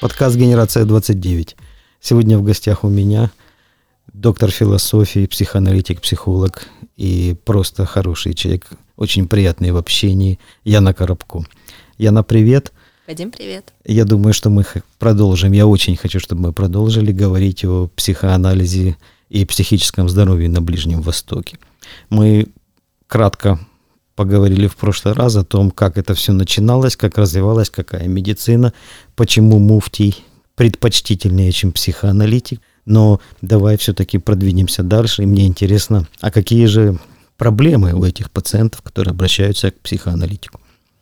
Подкаст «Генерация 29». Сегодня в гостях у меня доктор философии, психоаналитик, психолог и просто хороший человек, очень приятный в общении, Яна Коробко. Яна, привет. Вадим, привет. Я думаю, что мы продолжим, я очень хочу, чтобы мы продолжили говорить о психоанализе и психическом здоровье на Ближнем Востоке. Мы кратко поговорили в прошлый раз о том, как это все начиналось, как развивалось, какая медицина, почему муфтий предпочтительнее, чем психоаналитик. Но давай все-таки продвинемся дальше. И мне интересно, а какие же проблемы у этих пациентов, которые обращаются к психоаналитику?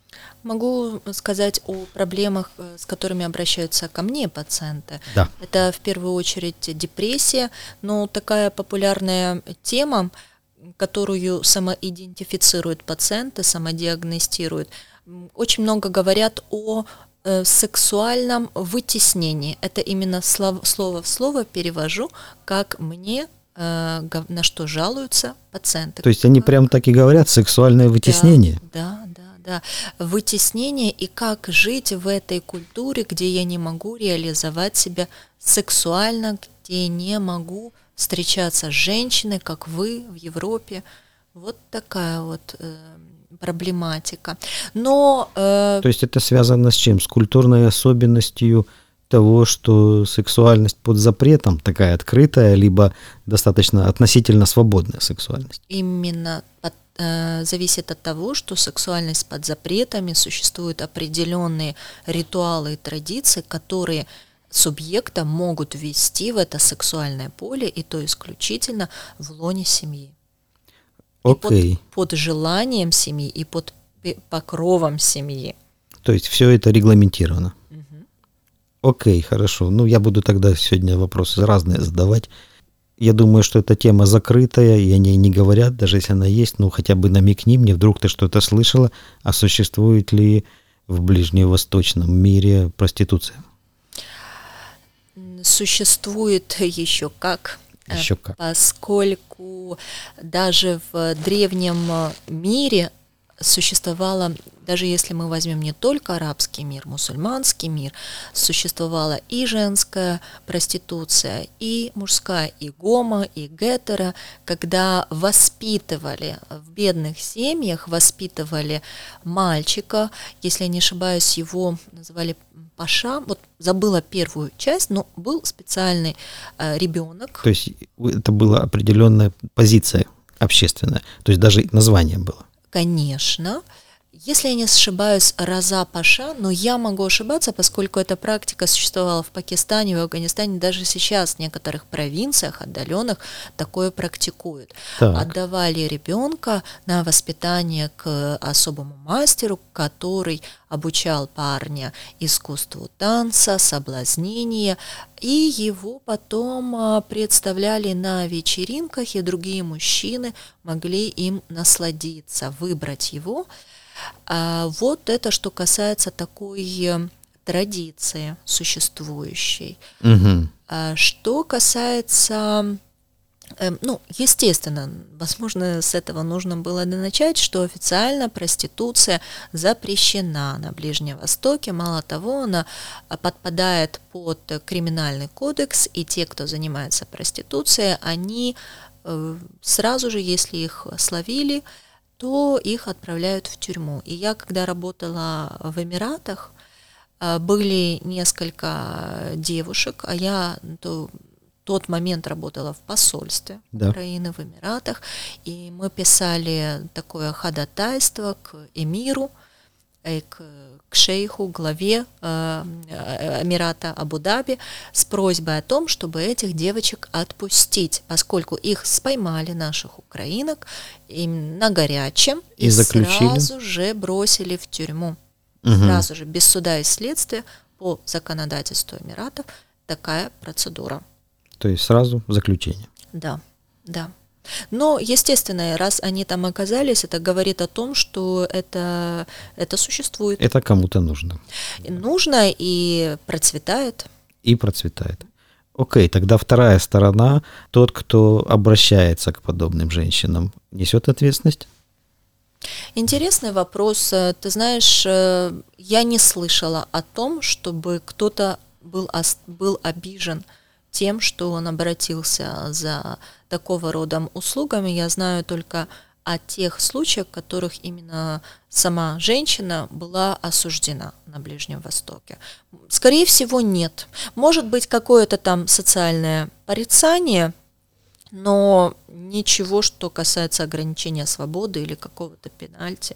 Могу сказать о проблемах, с которыми обращаются ко мне пациенты. Да. Это в первую очередь депрессия, но такая популярная тема, которую самоидентифицируют пациенты, самодиагностируют. Очень много говорят о сексуальном вытеснении. Это именно слово в слово перевожу, как мне, на что жалуются пациенты. То есть они прям так и говорят, сексуальное вытеснение? Да. Вытеснение и как жить в этой культуре, где я не могу реализовать себя сексуально, где я не могу встречаться с женщиной, как вы в Европе. Вот такая вот проблематика. Но то есть это связано с чем? С культурной особенностью того, что сексуальность под запретом такая открытая, либо достаточно относительно свободная сексуальность? Именно зависит от того, что сексуальность под запретами, существуют определенные ритуалы и традиции, которые субъекта могут ввести в это сексуальное поле, и то исключительно в лоне семьи. Окей. Под желанием семьи и под покровом семьи. То есть все это регламентировано. Окей, хорошо. Ну, я буду тогда сегодня вопросы разные задавать. Я думаю, что эта тема закрытая, и о ней не говорят, даже если она есть, ну, хотя бы намекни мне, вдруг ты что-то слышала, а существует ли в ближневосточном мире проституция? Существует еще как. Еще как. Поскольку даже в древнем мире существовало, даже если мы возьмем не только арабский мир, мусульманский мир, существовала и женская проституция, и мужская, и гомо, и гетеро, когда воспитывали в бедных семьях, воспитывали мальчика, если я не ошибаюсь, его называли паша, вот забыла первую часть, но был специальный ребенок. То есть это была определенная позиция общественная, то есть даже название было. Конечно. Если я не ошибаюсь, Раза Паша, но я могу ошибаться, поскольку эта практика существовала в Пакистане, в Афганистане, даже сейчас в некоторых провинциях отдаленных такое практикуют. Так. Отдавали ребенка на воспитание к особому мастеру, который обучал парня искусству танца, соблазнения, и его потом представляли на вечеринках, и другие мужчины могли им насладиться, выбрать его. Вот это что касается такой традиции существующей. Угу. Что касается, естественно, возможно, с этого нужно было начать, что официально проституция запрещена на Ближнем Востоке. Мало того, она подпадает под криминальный кодекс, и те, кто занимается проституцией, они сразу же, если их словили, то их отправляют в тюрьму. И я, когда работала в Эмиратах, были несколько девушек, а я в тот момент работала в посольстве Украины в Эмиратах, и мы писали такое ходатайство к эмиру, к шейху, главе Эмирата Абу-Даби с просьбой о том, чтобы этих девочек отпустить, поскольку их споймали, наших украинок, на горячем и сразу же бросили в тюрьму. Сразу же, без суда и следствия, по законодательству Эмиратов, такая процедура. То есть сразу заключение. Да. Но, естественно, раз они там оказались, это говорит о том, что это существует. Это кому-то нужно. Нужно и процветает. Окей, тогда вторая сторона, тот, кто обращается к подобным женщинам, несет ответственность? Интересный вопрос. Ты знаешь, я не слышала о том, чтобы кто-то был обижен тем, что он обратился за такого рода услугами. Я знаю только о тех случаях, в которых именно сама женщина была осуждена на Ближнем Востоке. Скорее всего, нет. Может быть, какое-то там социальное порицание, но ничего, что касается ограничения свободы или какого-то пенальти,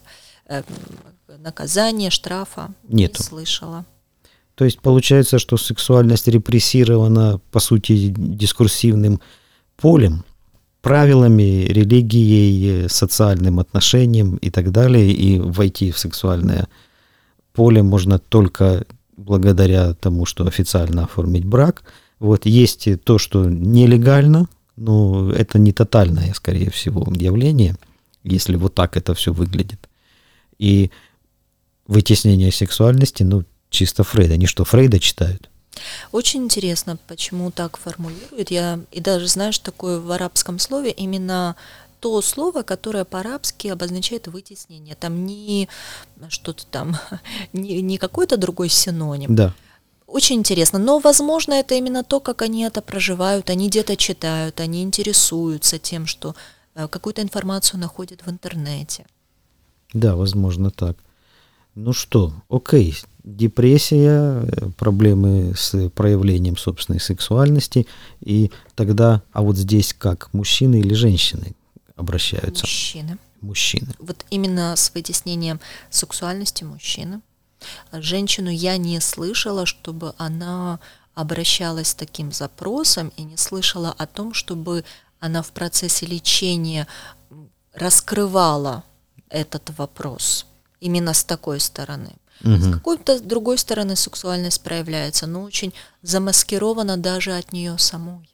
наказания, штрафа, Нету. не слышала. То есть получается, что сексуальность репрессирована, по сути, дискурсивным полем, правилами, религией, социальным отношением и так далее, и войти в сексуальное поле можно только благодаря тому, что официально оформить брак. Вот есть и то, что нелегально, но это не тотальное, скорее всего, явление, если вот так это все выглядит. И вытеснение сексуальности, чисто Фрейд. Они что, Фрейда читают? Очень интересно, почему так формулируют. Я и даже знаю, что такое в арабском слове именно то слово, которое по-арабски обозначает вытеснение. Там не что-то там, не какой-то другой синоним. Да. Очень интересно. Но, возможно, это именно то, как они это проживают. Они где-то читают, они интересуются тем, что какую-то информацию находят в интернете. Да, возможно, так. Ну что, окей, депрессия, проблемы с проявлением собственной сексуальности, и тогда, а вот здесь как, мужчины или женщины обращаются? Мужчины. Вот именно с вытеснением сексуальности мужчины. Женщину я не слышала, чтобы она обращалась с таким запросом, и не слышала о том, чтобы она в процессе лечения раскрывала этот вопрос именно с такой стороны. С какой-то другой стороны сексуальность проявляется, но очень замаскирована даже от нее самой.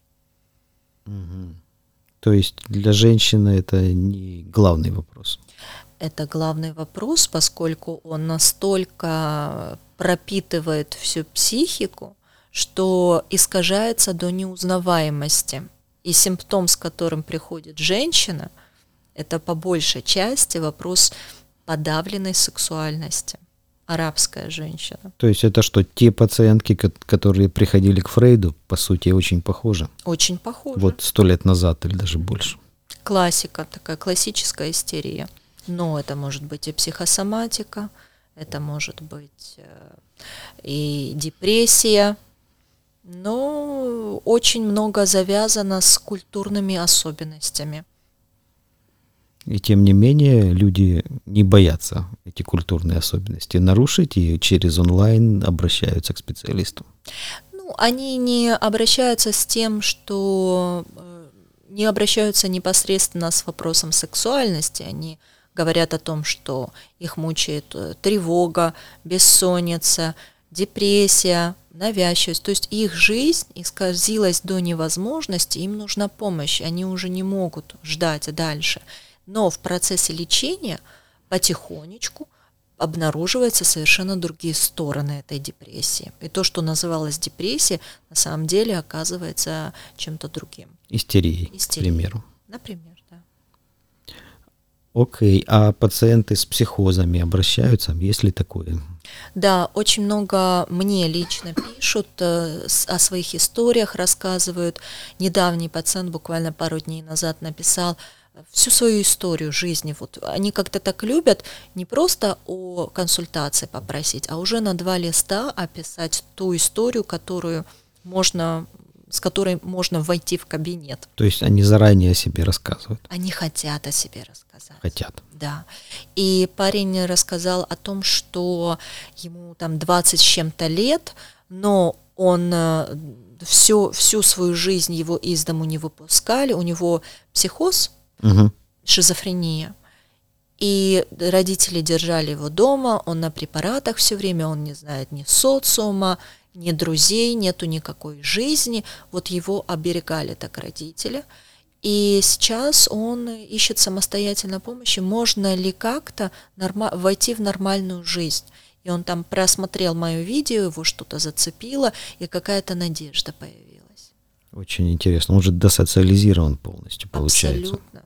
То есть для женщины это не главный вопрос? Это главный вопрос, поскольку он настолько пропитывает всю психику, что искажается до неузнаваемости. И симптом, с которым приходит женщина, это по большей части вопрос подавленной сексуальности. Арабская женщина. То есть это что, те пациентки, которые приходили к Фрейду, по сути, очень похожи? Очень похожи. Вот 100 лет назад или даже больше. Классика, такая классическая истерия. Но это может быть и психосоматика, это может быть и депрессия, но очень много завязано с культурными особенностями. И тем не менее люди не боятся эти культурные особенности нарушить и через онлайн обращаются к специалисту. Они не обращаются с тем, что не обращаются непосредственно с вопросом сексуальности, они говорят о том, что их мучает тревога, бессонница, депрессия, навязчивость. То есть их жизнь исказилась до невозможности, им нужна помощь, они уже не могут ждать дальше. Но в процессе лечения потихонечку обнаруживаются совершенно другие стороны этой депрессии. И то, что называлось депрессией, на самом деле оказывается чем-то другим. Истерией, к примеру. Например, да. Окей, а пациенты с психозами обращаются? Есть ли такое? Да, очень много мне лично пишут, о своих историях рассказывают. Недавний пациент буквально пару дней назад написал всю свою историю жизни. Вот они как-то так любят не просто о консультации попросить, а уже на 2 листа описать ту историю, с которой можно войти в кабинет. То есть они заранее о себе рассказывают? Они хотят о себе рассказать. Хотят. Да. И парень рассказал о том, что ему там 20 с чем-то лет, но он всю свою жизнь его из дому не выпускали, у него психоз, шизофрения. И родители держали его дома, он на препаратах все время, он не знает ни социума, ни друзей, нету никакой жизни. Вот его оберегали так родители. И сейчас он ищет самостоятельно помощи, можно ли как-то войти в нормальную жизнь. И он там просмотрел мое видео, его что-то зацепило, и какая-то надежда появилась. Очень интересно. Он же десоциализирован полностью, получается. Абсолютно.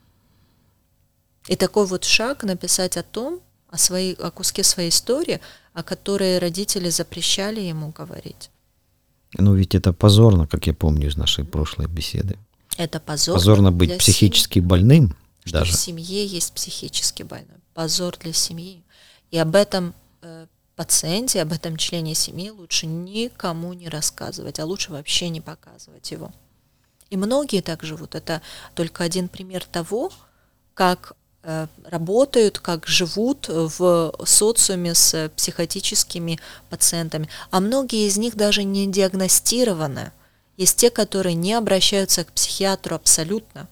И такой вот шаг написать о куске своей истории, о которой родители запрещали ему говорить. Но ведь это позорно, как я помню из нашей прошлой беседы. Это позор. Позорно быть психически больным что даже. в семье есть психически больной. Позор для семьи. И об этом пациенте, об этом члене семьи лучше никому не рассказывать, а лучше вообще не показывать его. И многие так живут. Это только один пример того, как работают, как живут в социуме с психотическими пациентами. А многие из них даже не диагностированы. Есть те, которые не обращаются к психиатру абсолютно.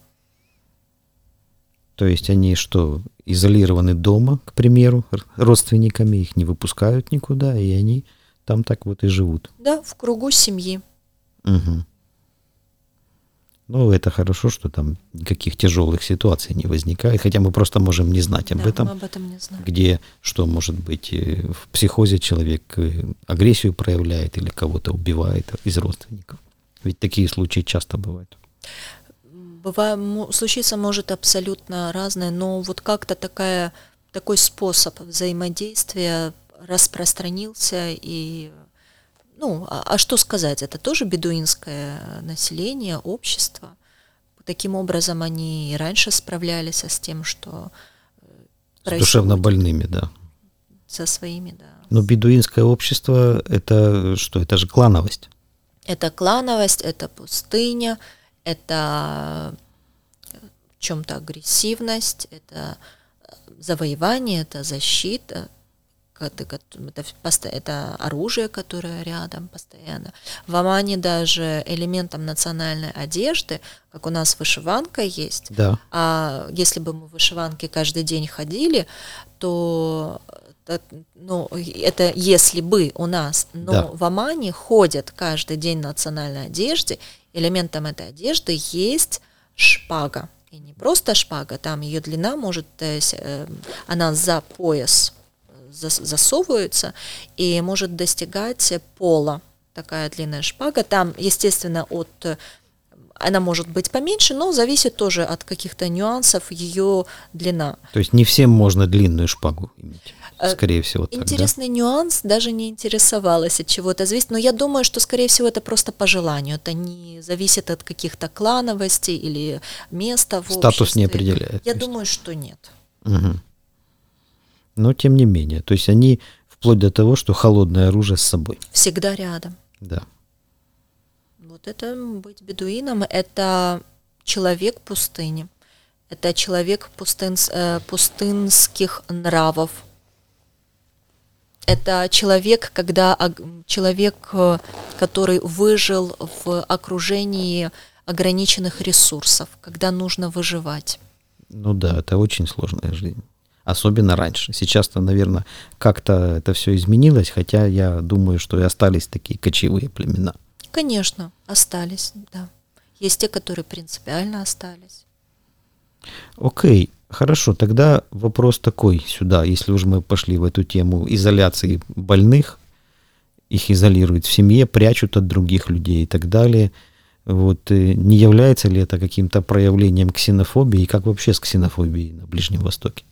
То есть они что, изолированы дома, к примеру, родственниками, их не выпускают никуда, и они там так вот и живут. Да, в кругу семьи. Угу. Ну, это хорошо, что там никаких тяжелых ситуаций не возникает, хотя мы просто можем не знать об этом. Мы об этом не знаем. Где, что может быть, в психозе человек агрессию проявляет или кого-то убивает из родственников. Ведь такие случаи часто бывают. Случиться может абсолютно разное, но вот как-то такой способ взаимодействия распространился и... а что сказать, это тоже бедуинское население, общество. Таким образом они и раньше справлялись с тем, что с душевно больными, да. Со своими, да. Но бедуинское общество, это что? Это же клановость. Это клановость, это пустыня, это в чем-то агрессивность, это завоевание, это защита. Это оружие, которое рядом постоянно. В Омане даже элементом национальной одежды, как у нас вышиванка есть, да. А если бы мы в вышиванке каждый день ходили, то это если бы у нас, но да. В Омане ходят каждый день в национальной одежде, элементом этой одежды есть шпага. И не просто шпага, там ее длина может, она за пояс засовывается и может достигать пола. Такая длинная шпага. Там, естественно, она может быть поменьше, но зависит тоже от каких-то нюансов ее длина. То есть не всем можно длинную шпагу иметь, скорее всего. Интересный нюанс, даже не интересовалась, от чего это зависит, но я думаю, что, скорее всего, это просто по желанию. Это не зависит от каких-то клановостей или места в обществе. Статус не определяет. Я думаю, что нет. Угу. Но тем не менее, то есть они вплоть до того, что холодное оружие с собой. Всегда рядом. Да. Вот это быть бедуином, это человек пустыни, это человек пустынских нравов. Это человек, который выжил в окружении ограниченных ресурсов, когда нужно выживать. Ну да, это очень сложная жизнь. Особенно раньше. Сейчас-то, наверное, как-то это все изменилось, хотя я думаю, что и остались такие кочевые племена. Конечно, остались, да. Есть те, которые принципиально остались. Окей, хорошо, тогда вопрос такой сюда, если уж мы пошли в эту тему изоляции больных, их изолируют в семье, прячут от других людей и так далее. Вот, не является ли это каким-то проявлением ксенофобии, и как вообще с ксенофобией на Ближнем Востоке?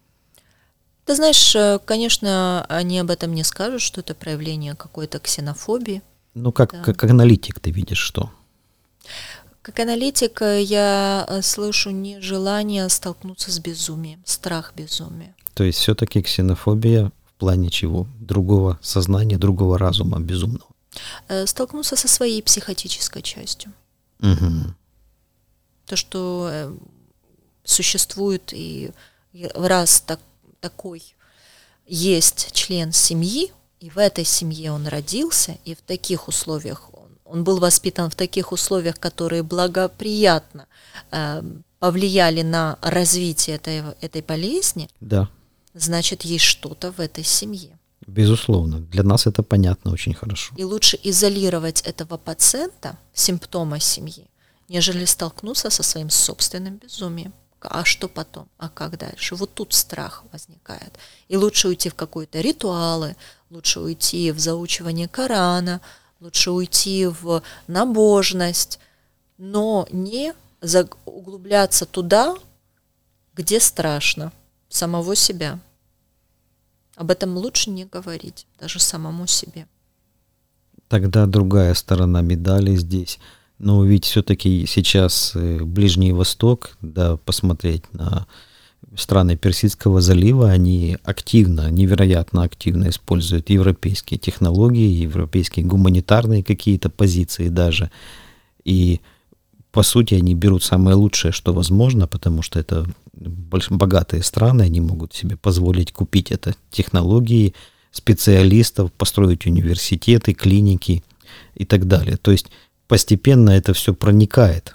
Ты знаешь, конечно, они об этом не скажут, что это проявление какой-то ксенофобии. Ну, как аналитик ты видишь что? Как аналитик я слышу нежелание столкнуться с безумием, страх безумия. То есть все-таки ксенофобия в плане чего? Другого сознания, другого разума безумного? Столкнуться со своей психотической частью. Угу. То, что существует, и раз такой есть член семьи, и в этой семье он родился, и в таких условиях он был воспитан в таких условиях, которые благоприятно повлияли на развитие этой болезни, да. Значит, есть что-то в этой семье. Безусловно, для нас это понятно очень хорошо. И лучше изолировать этого пациента, симптомы семьи, нежели столкнуться со своим собственным безумием. А что потом? А как дальше? Вот тут страх возникает. И лучше уйти в какие-то ритуалы, лучше уйти в заучивание Корана, лучше уйти в набожность, но не углубляться туда, где страшно, самого себя. Об этом лучше не говорить, даже самому себе. Тогда другая сторона медали здесь. Но ведь все-таки сейчас Ближний Восток, да, посмотреть на страны Персидского залива, они активно, невероятно активно используют европейские технологии, европейские гуманитарные какие-то позиции даже. И по сути они берут самое лучшее, что возможно, потому что это богатые страны, они могут себе позволить купить это технологии, специалистов, построить университеты, клиники и так далее. То есть постепенно это все проникает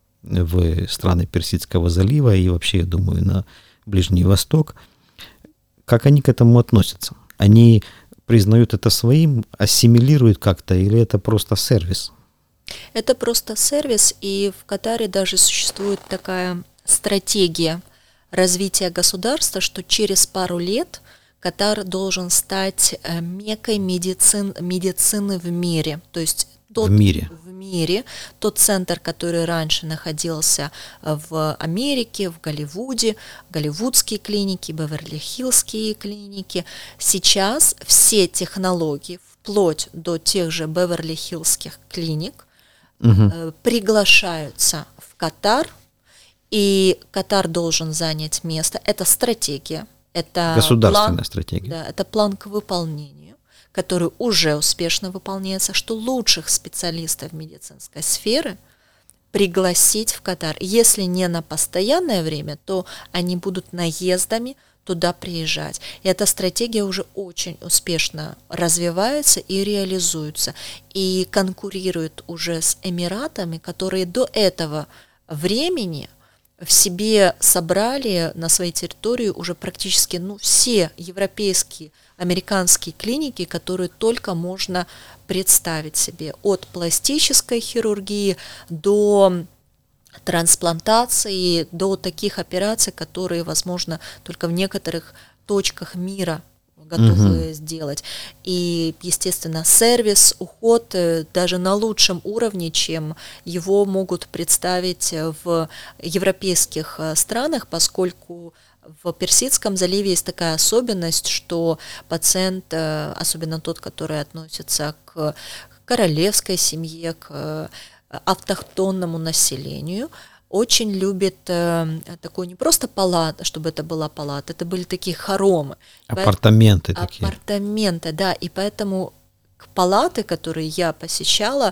в страны Персидского залива и вообще, я думаю, на Ближний Восток. Как они к этому относятся? Они признают это своим, ассимилируют как-то, или это просто сервис? Это просто сервис, и в Катаре даже существует такая стратегия развития государства, что через пару лет Катар должен стать меккой медицины в мире. То есть в мире тот центр, который раньше находился в Америке, в Голливуде, голливудские клиники, Беверли-Хиллские клиники, сейчас все технологии, вплоть до тех же Беверли-Хиллских клиник, приглашаются в Катар, и Катар должен занять место. Это стратегия. Это государственная стратегия. Да, это план к выполнению, который уже успешно выполняется, что лучших специалистов медицинской сферы пригласить в Катар. Если не на постоянное время, то они будут наездами туда приезжать. И эта стратегия уже очень успешно развивается и реализуется, и конкурирует уже с Эмиратами, которые до этого времени в себе собрали на своей территории уже практически все европейские, американские клиники, которые только можно представить себе, от пластической хирургии до трансплантации, до таких операций, которые, возможно, только в некоторых точках мира готовы сделать. И, естественно, сервис, уход даже на лучшем уровне, чем его могут представить в европейских странах, поскольку в Персидском заливе есть такая особенность, что пациент, особенно тот, который относится к королевской семье, к автохтонному населению, очень любит такой не просто палата, чтобы это была палата, это были такие хоромы. Апартаменты такие. Апартаменты, да, и поэтому палаты, которые я посещала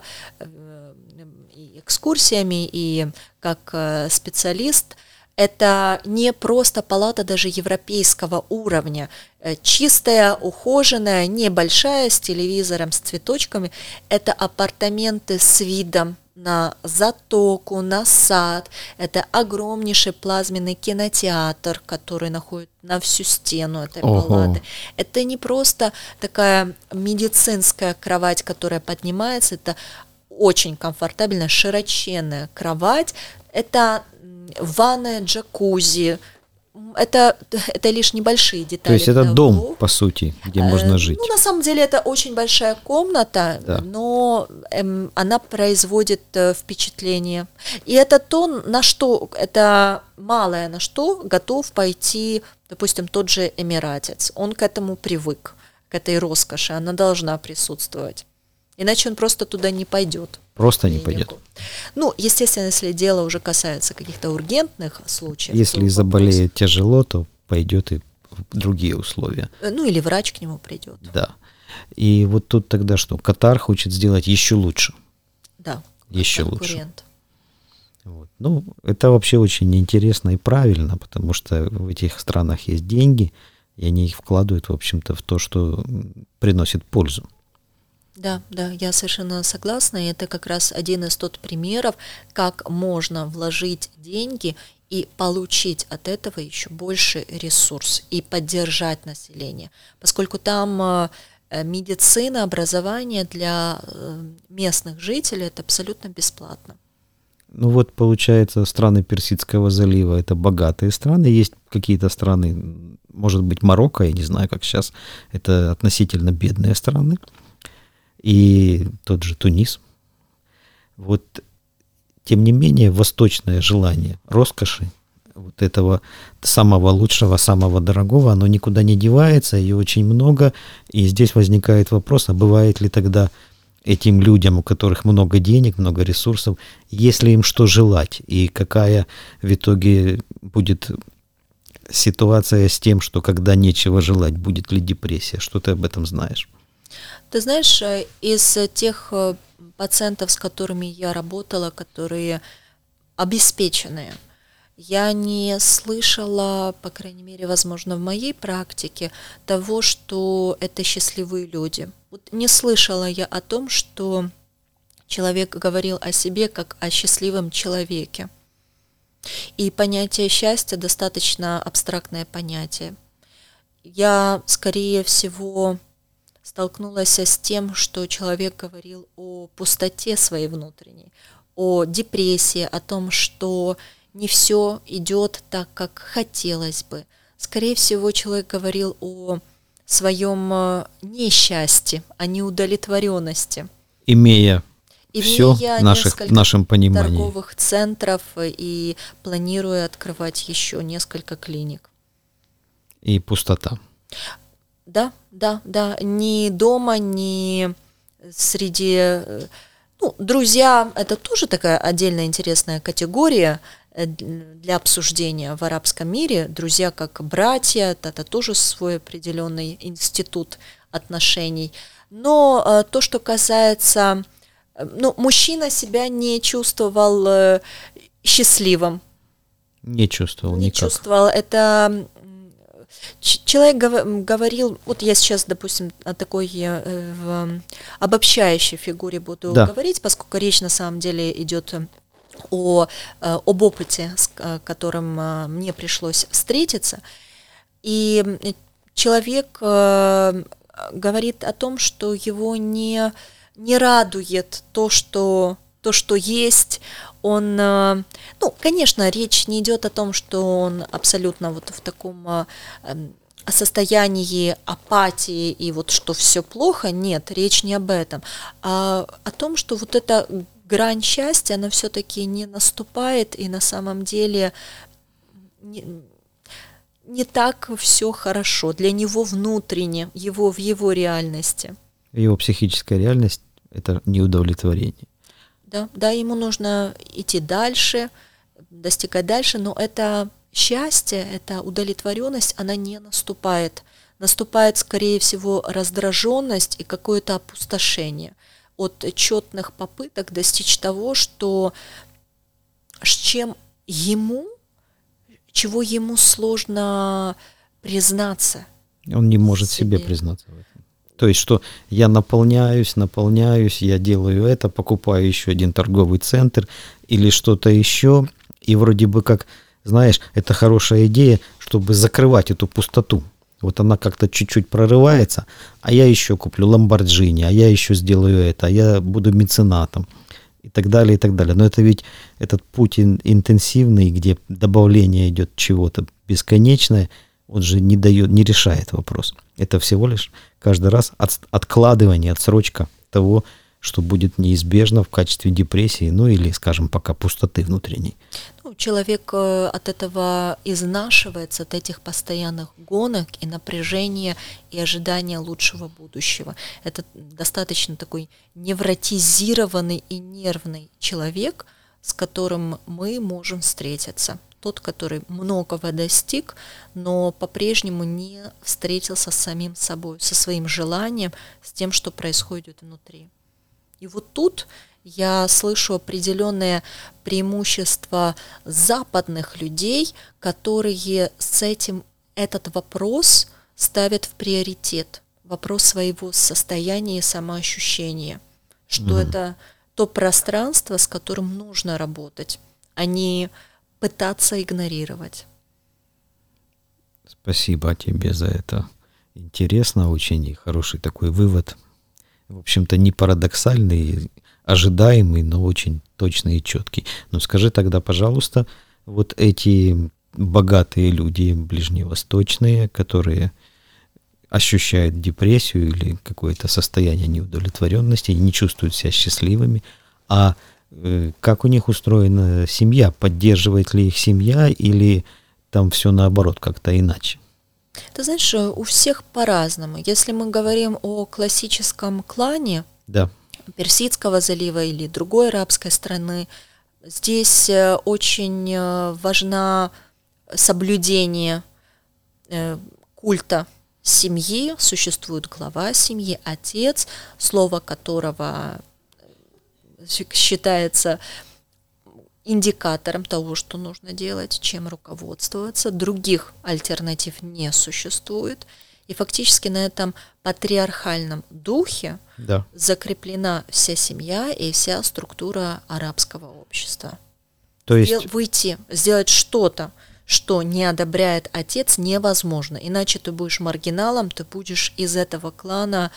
и экскурсиями, и как специалист, это не просто палата даже европейского уровня, чистая, ухоженная, небольшая, с телевизором, с цветочками, это апартаменты с видом на затоку, на сад, это огромнейший плазменный кинотеатр, который находит на всю стену этой палаты. Это не просто такая медицинская кровать, которая поднимается, это очень комфортабельная, широченная кровать, это ванная, джакузи, это лишь небольшие детали. То есть это дом, по сути, где можно жить. Ну, на самом деле это очень большая комната, да. Но она производит впечатление. И это то, на что, это малое, на что готов пойти, допустим, тот же эмиратец. Он к этому привык, к этой роскоши, она должна присутствовать. Иначе он просто туда не пойдет. Просто не пойдет. Ну, естественно, если дело уже касается каких-то ургентных случаев. Если заболеет тяжело, то пойдет и в другие условия. Ну, или врач к нему придет. Да. И вот тут тогда что? Катар хочет сделать еще лучше. Да. Еще лучше. Вот. Ну, это вообще очень интересно и правильно, потому что в этих странах есть деньги, и они их вкладывают, в общем-то, в то, что приносит пользу. Да, я совершенно согласна. И это как раз один из тот примеров, как можно вложить деньги и получить от этого еще больше ресурс и поддержать население. Поскольку там медицина, образование для местных жителей – это абсолютно бесплатно. Ну вот, получается, страны Персидского залива – это богатые страны. Есть какие-то страны, может быть, Марокко, я не знаю, как сейчас, это относительно бедные страны. И тот же Тунис. Вот, тем не менее, восточное желание роскоши, вот этого самого лучшего, самого дорогого, оно никуда не девается, ее очень много. И здесь возникает вопрос, а бывает ли тогда этим людям, у которых много денег, много ресурсов, если им что желать, и какая в итоге будет ситуация с тем, что когда нечего желать, будет ли депрессия? Что ты об этом знаешь? Ты знаешь, из тех пациентов, с которыми я работала, которые обеспеченные, я не слышала, по крайней мере, возможно, в моей практике, того, что это счастливые люди. Вот не слышала я о том, что человек говорил о себе как о счастливом человеке. И понятие счастья достаточно абстрактное понятие. Я, скорее всего, столкнулась с тем, что человек говорил о пустоте своей внутренней, о депрессии, о том, что не все идет так, как хотелось бы. Скорее всего, человек говорил о своем несчастье, о неудовлетворенности. Имея все в нашем понимании. Торговых центров и планируя открывать еще несколько клиник. И пустота. Да. Ни дома, ни среди... друзья – это тоже такая отдельная интересная категория для обсуждения в арабском мире. Друзья как братья – это тоже свой определенный институт отношений. Но то, что касается... мужчина себя не чувствовал счастливым. Не чувствовал никак. Не чувствовал. Это... Человек говорил, вот я сейчас, допустим, о такой обобщающей фигуре буду говорить, поскольку речь на самом деле идет об опыте, с которым мне пришлось встретиться. И человек говорит о том, что его не радует то, что есть. Он, конечно, речь не идет о том, что он абсолютно вот в таком состоянии апатии и вот что все плохо. Нет, речь не об этом, а о том, что вот эта грань счастья, она все-таки не наступает, и на самом деле не так все хорошо для него внутренне, в его реальности. Его психическая реальность – это неудовлетворение. Да, ему нужно идти дальше, достигать дальше, но это счастье, эта удовлетворенность, она не наступает. Наступает, скорее всего, раздраженность и какое-то опустошение от тщетных попыток достичь того, чего ему сложно признаться. Он не может себе признаться в этом. То есть, что я наполняюсь, я делаю это, покупаю еще один торговый центр или что-то еще, и вроде бы как, знаешь, это хорошая идея, чтобы закрывать эту пустоту. Вот она как-то чуть-чуть прорывается, а я еще куплю Ламборджини, а я еще сделаю это, а я буду меценатом и так далее, и так далее. Но это ведь этот путь интенсивный, где добавление идет чего-то бесконечное, он же не решает вопрос. Это всего лишь каждый раз откладывание, отсрочка того, что будет неизбежно в качестве депрессии, или, скажем, пока пустоты внутренней. Человек от этого изнашивается, от этих постоянных гонок и напряжения, и ожидания лучшего будущего. Это достаточно такой невротизированный и нервный человек, с которым мы можем встретиться. Тот, который многого достиг, но по-прежнему не встретился с самим собой, со своим желанием, с тем, что происходит внутри. И вот тут я слышу определенное преимущество западных людей, которые этот вопрос ставят в приоритет, вопрос своего состояния и самоощущения, что это то пространство, с которым нужно работать, а не пытаться игнорировать. Спасибо тебе за это. Интересно очень, и хороший такой вывод. В общем-то, не парадоксальный, ожидаемый, но очень точный и четкий. Но скажи тогда, пожалуйста, вот эти богатые люди ближневосточные, которые ощущают депрессию или какое-то состояние неудовлетворенности, не чувствуют себя счастливыми, а как у них устроена семья? Поддерживает ли их семья или там все наоборот как-то иначе? Ты знаешь, у всех по-разному. Если мы говорим о классическом клане, да, Персидского залива или другой арабской страны. Здесь очень важно соблюдение культа семьи. Существует глава семьи, отец, слово которого считается индикатором того, что нужно делать, чем руководствоваться. Других альтернатив не существует. И фактически на этом патриархальном духе закреплена вся семья и вся структура арабского общества. То есть сделать что-то, что не одобряет отец, невозможно. Иначе ты будешь маргиналом, ты будешь из этого клана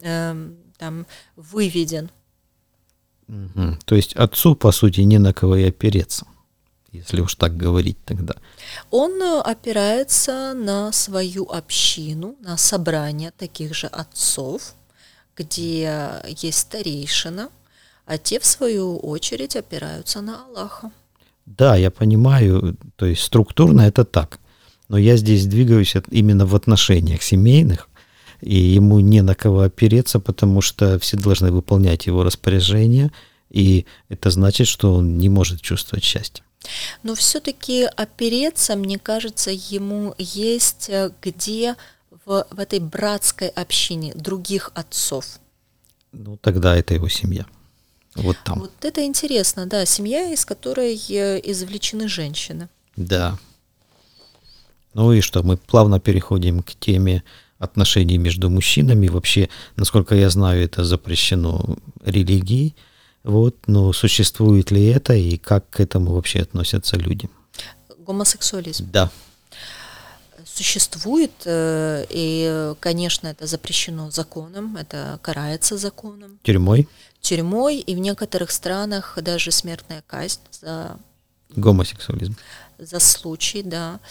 выведен. То есть отцу, по сути, не на кого и опереться, если уж так говорить тогда. Он опирается на свою общину, на собрание таких же отцов, где есть старейшина, а те, в свою очередь, опираются на Аллаха. Да, я понимаю, то есть структурно это так, но я здесь двигаюсь именно в отношениях семейных, и ему не на кого опереться, потому что все должны выполнять его распоряжения, и это значит, что он не может чувствовать счастье. Но все-таки опереться, мне кажется, ему есть где в этой братской общине других отцов. Ну, тогда это его семья. Вот там. Вот это интересно, да, семья, из которой извлечены женщины. Да. Ну и что, мы плавно переходим к теме отношений между мужчинами. Вообще, насколько я знаю, это запрещено религией. Вот, но существует ли это и как к этому вообще относятся люди? Гомосексуализм. Да. Существует, и, конечно, это запрещено законом, это карается законом. Тюрьмой? Тюрьмой, и в некоторых странах даже смертная казнь за гомосексуализм. За случай, да.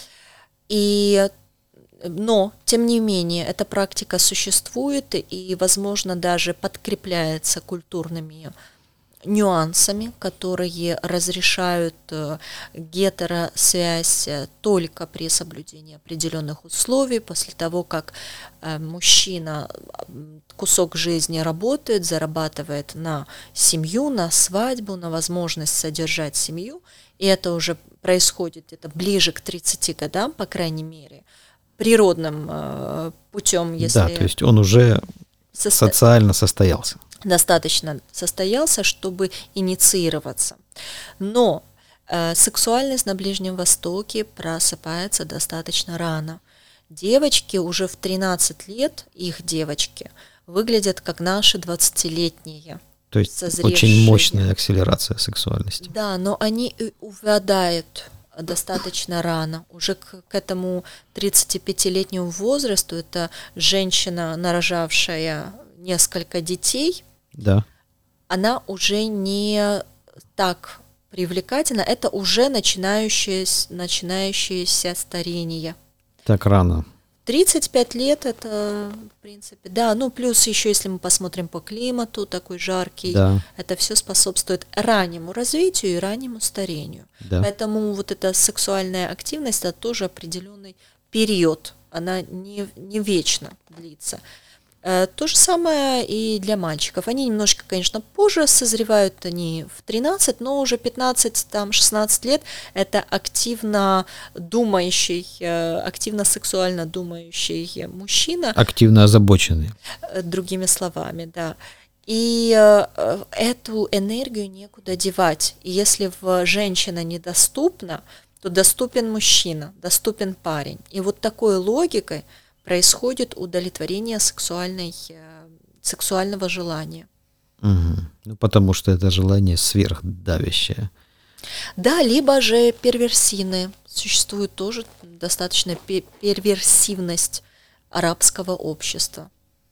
Но, тем не менее, эта практика существует и, возможно, даже подкрепляется культурными нюансами, которые разрешают гетеросвязь только при соблюдении определенных условий, после того, как мужчина кусок жизни работает, зарабатывает на семью, на свадьбу, на возможность содержать семью, и это уже происходит где-то ближе к 30 годам, по крайней мере, природным путем, если... Да, то есть он уже социально состоялся. Достаточно состоялся, чтобы инициироваться. Но сексуальность на Ближнем Востоке просыпается достаточно рано. Девочки уже в 13 лет, их девочки, выглядят как наши 20-летние. То есть очень мощная акселерация сексуальности. Да, но они увядают достаточно рано. Уже к этому 35-летнему возрасту это женщина, нарожавшая несколько детей, да. Она уже не так привлекательна, это уже начинающееся старение. Так рано. 35 лет это, в принципе, да, ну плюс еще, если мы посмотрим по климату, такой жаркий, да. Это все способствует раннему развитию и раннему старению. Да. Поэтому вот эта сексуальная активность, это тоже определенный период, она не вечно длится. То же самое и для мальчиков. Они немножко, конечно, позже созревают, они в 13, но уже 15-16 лет это активно думающий, активно сексуально думающий мужчина. Активно озабоченный. Другими словами, да. И эту энергию некуда девать. И если женщина недоступна, то доступен мужчина, доступен парень. И вот такой логикой происходит удовлетворение сексуального желания. Угу. Ну, потому что это желание сверхдавящее. Да, либо же перверсивное. Существует тоже достаточно перверсивность арабского общества.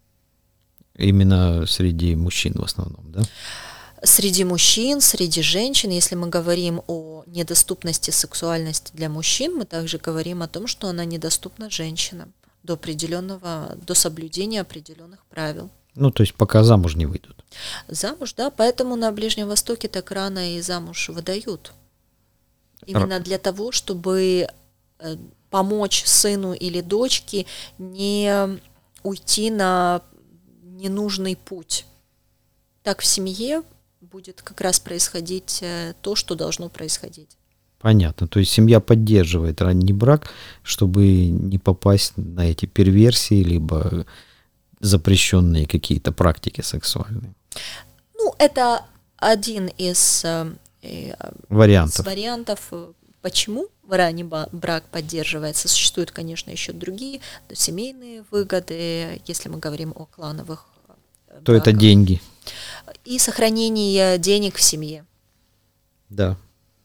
Именно среди мужчин в основном, да? Среди мужчин, среди женщин, если мы говорим о недоступности сексуальности для мужчин, мы также говорим о том, что она недоступна женщинам до соблюдения определенных правил. Ну, то есть пока замуж не выйдут. Замуж, да, поэтому на Ближнем Востоке так рано и замуж выдают. Именно для того, чтобы помочь сыну или дочке не уйти на ненужный путь. так в семье будет как раз происходить то, что должно происходить. Понятно. То есть семья поддерживает ранний брак, чтобы не попасть на эти перверсии, либо запрещенные какие-то практики сексуальные. Ну, это один из вариантов, почему ранний брак поддерживается. Существуют, конечно, еще другие семейные выгоды, если мы говорим о клановых браках. То это деньги. И сохранение денег в семье. Да.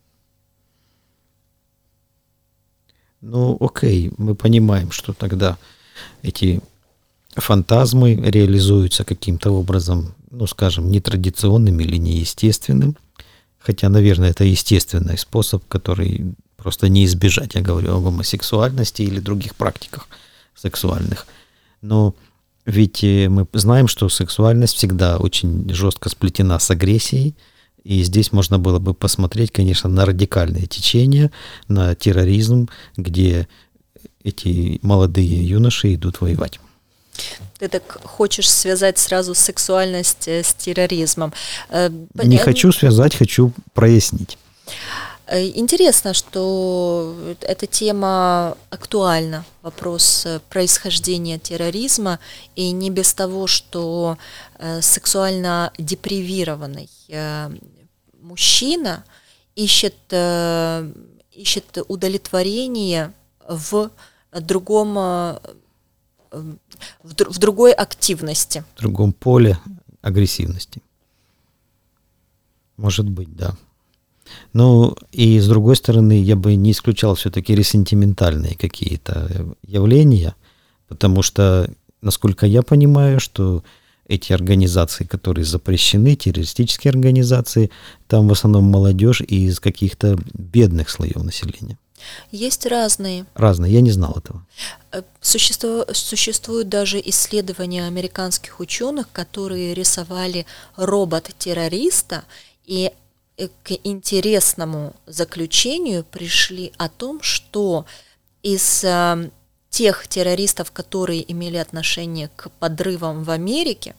Ну, окей, мы понимаем, что тогда эти фантазмы реализуются каким-то образом, ну, скажем, нетрадиционным или неестественным. Хотя, наверное, это естественный способ, который просто не избежать. Я говорю о гомосексуальности или других практиках сексуальных. Но ведь мы знаем, что сексуальность всегда очень жестко сплетена с агрессией. И здесь можно было бы посмотреть, конечно, на радикальные течения, на терроризм, где эти молодые юноши идут воевать. Ты так хочешь связать сразу сексуальность с терроризмом. Не хочу связать, хочу прояснить. Интересно, что эта тема актуальна, вопрос происхождения терроризма, и не без того, что сексуально депривированный мужчина ищет удовлетворение в другой активности. В другом поле агрессивности. Может быть, да. Ну, и с другой стороны, я бы не исключал все-таки ресентиментальные какие-то явления, потому что, насколько я понимаю, что эти организации, которые запрещены, террористические организации, там в основном молодежь из каких-то бедных слоев населения. Есть разные. Разные, я не знал этого. Существуют даже исследования американских ученых, которые рисовали робот-террориста, и к интересному заключению пришли о том, что из тех террористов, которые имели отношение к подрывам в Америке,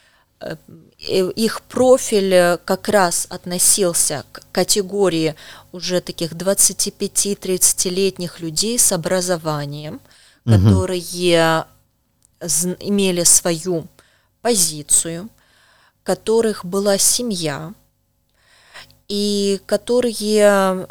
их профиль как раз относился к категории уже таких 25-30-летних людей с образованием, которые имели свою позицию, у которых была семья, и которые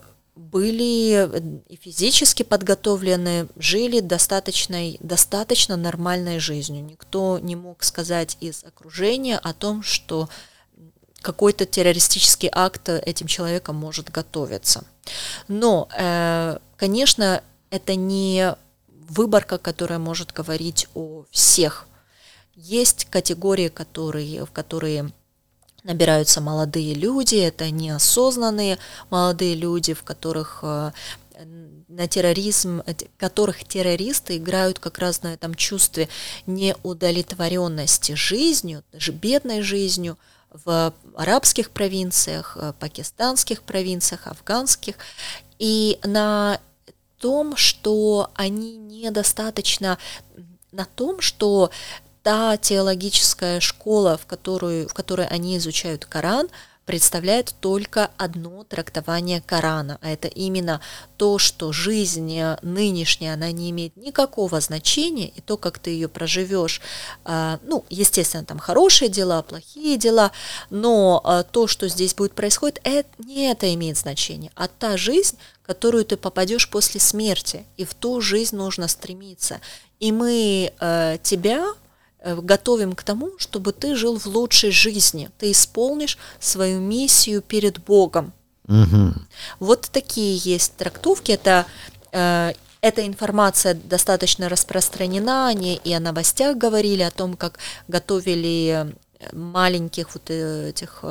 были и физически подготовлены, жили достаточно нормальной жизнью. Никто не мог сказать из окружения о том, что какой-то террористический акт этим человеком может готовиться. Но, конечно, это не выборка, которая может говорить о всех. Есть категории, в которые набираются молодые люди, это неосознанные молодые люди, в которых на терроризм, которых террористы играют как раз на этом чувстве неудовлетворенности жизнью, даже бедной жизнью в арабских провинциях, пакистанских провинциях, афганских, и на том, что они недостаточно, на том, что та теологическая школа, в которой они изучают Коран, представляет только одно трактование Корана, а это именно то, что жизнь нынешняя, она не имеет никакого значения, и то, как ты ее проживешь, естественно, там хорошие дела, плохие дела, но то, что здесь будет происходить, не это имеет значение, а та жизнь, в которую ты попадешь после смерти, и в ту жизнь нужно стремиться. И мы тебя готовим к тому, чтобы ты жил в лучшей жизни, ты исполнишь свою миссию перед Богом. Угу. Вот такие есть трактовки. Эта информация достаточно распространена, они и о новостях говорили, о том, как готовили маленьких вот этих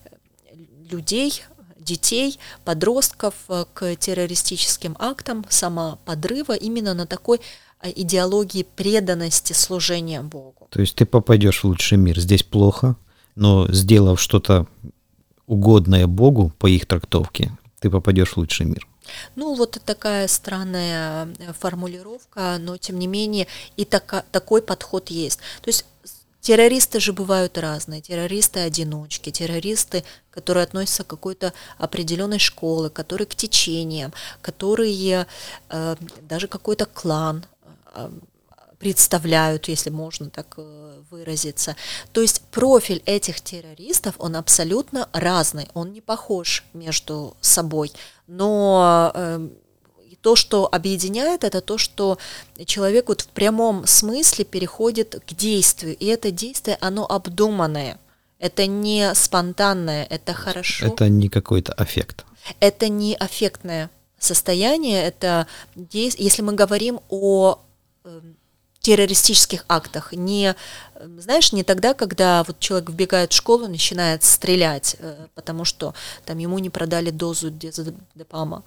людей, детей, подростков к террористическим актам, самоподрыва именно на такой идеологии преданности служения Богу. То есть ты попадешь в лучший мир. Здесь плохо, но сделав что-то угодное Богу по их трактовке, ты попадешь в лучший мир. Ну, вот такая странная формулировка, но тем не менее и такой подход есть. То есть террористы же бывают разные. Террористы-одиночки, террористы, которые относятся к какой-то определенной школе, которые к течениям, которые даже какой-то клан представляют, если можно так выразиться. То есть профиль этих террористов, он абсолютно разный, он не похож между собой. Но то, что объединяет, это то, что человек вот в прямом смысле переходит к действию, и это действие, оно обдуманное, это не спонтанное, это хорошо. Это не какой-то аффект. Это не аффектное состояние, это если мы говорим о террористических актах, не тогда, когда вот человек вбегает в школу и начинает стрелять, потому что там ему не продали дозу диазепама,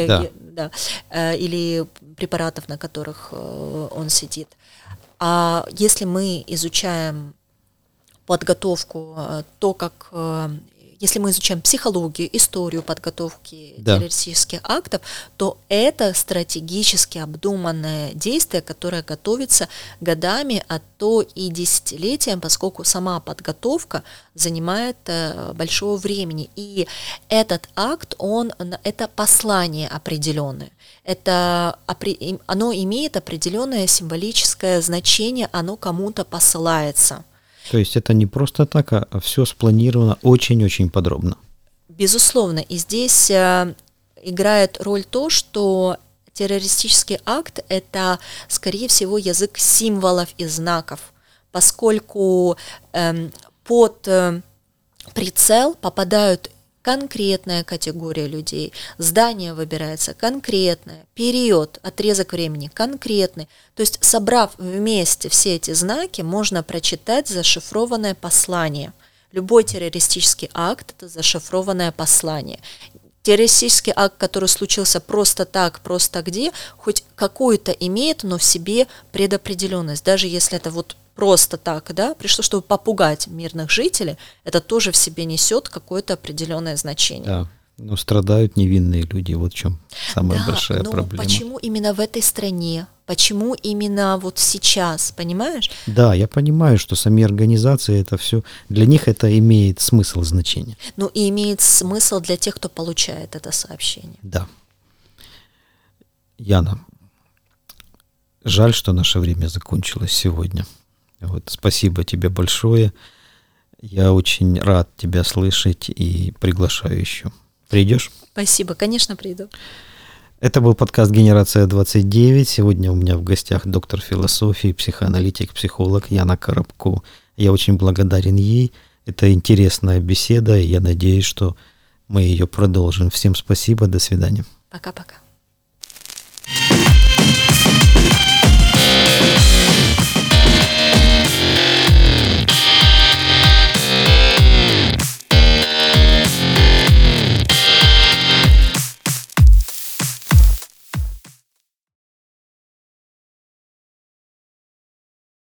или препаратов, на которых он сидит. А если мы изучаем подготовку, если мы изучаем психологию, историю подготовки террористических актов, то это стратегически обдуманное действие, которое готовится годами, а то и десятилетием, поскольку сама подготовка занимает большого времени. И этот акт, это послание определенное. Оно имеет определенное символическое значение, оно кому-то посылается. То есть это не просто так, а все спланировано очень-очень подробно. Безусловно. И здесь играет роль то, что террористический акт – это, скорее всего, язык символов и знаков, поскольку под прицел попадают конкретная категория людей, здание выбирается конкретное, период, отрезок времени конкретный. То есть, собрав вместе все эти знаки, можно прочитать зашифрованное послание. Любой террористический акт – это зашифрованное послание. Террористический акт, который случился просто так, просто где, хоть какую-то имеет, но в себе предопределенность. Даже если это вот просто так, пришло, чтобы попугать мирных жителей, это тоже в себе несет какое-то определенное значение. Да, но страдают невинные люди, вот в чем самая большая проблема. Почему именно в этой стране? Почему именно вот сейчас, понимаешь? Да, я понимаю, что сами организации, это все, для них это имеет смысл, значение. Ну и имеет смысл для тех, кто получает это сообщение. Да. Яна, жаль, что наше время закончилось сегодня. Спасибо тебе большое. Я очень рад тебя слышать и приглашаю еще. Придешь? Спасибо, конечно, приду. Это был подкаст «Генерация 29». Сегодня у меня в гостях доктор философии, психоаналитик, психолог Яна Коробко. Я очень благодарен ей. Это интересная беседа, и я надеюсь, что мы ее продолжим. Всем спасибо, до свидания. Пока-пока.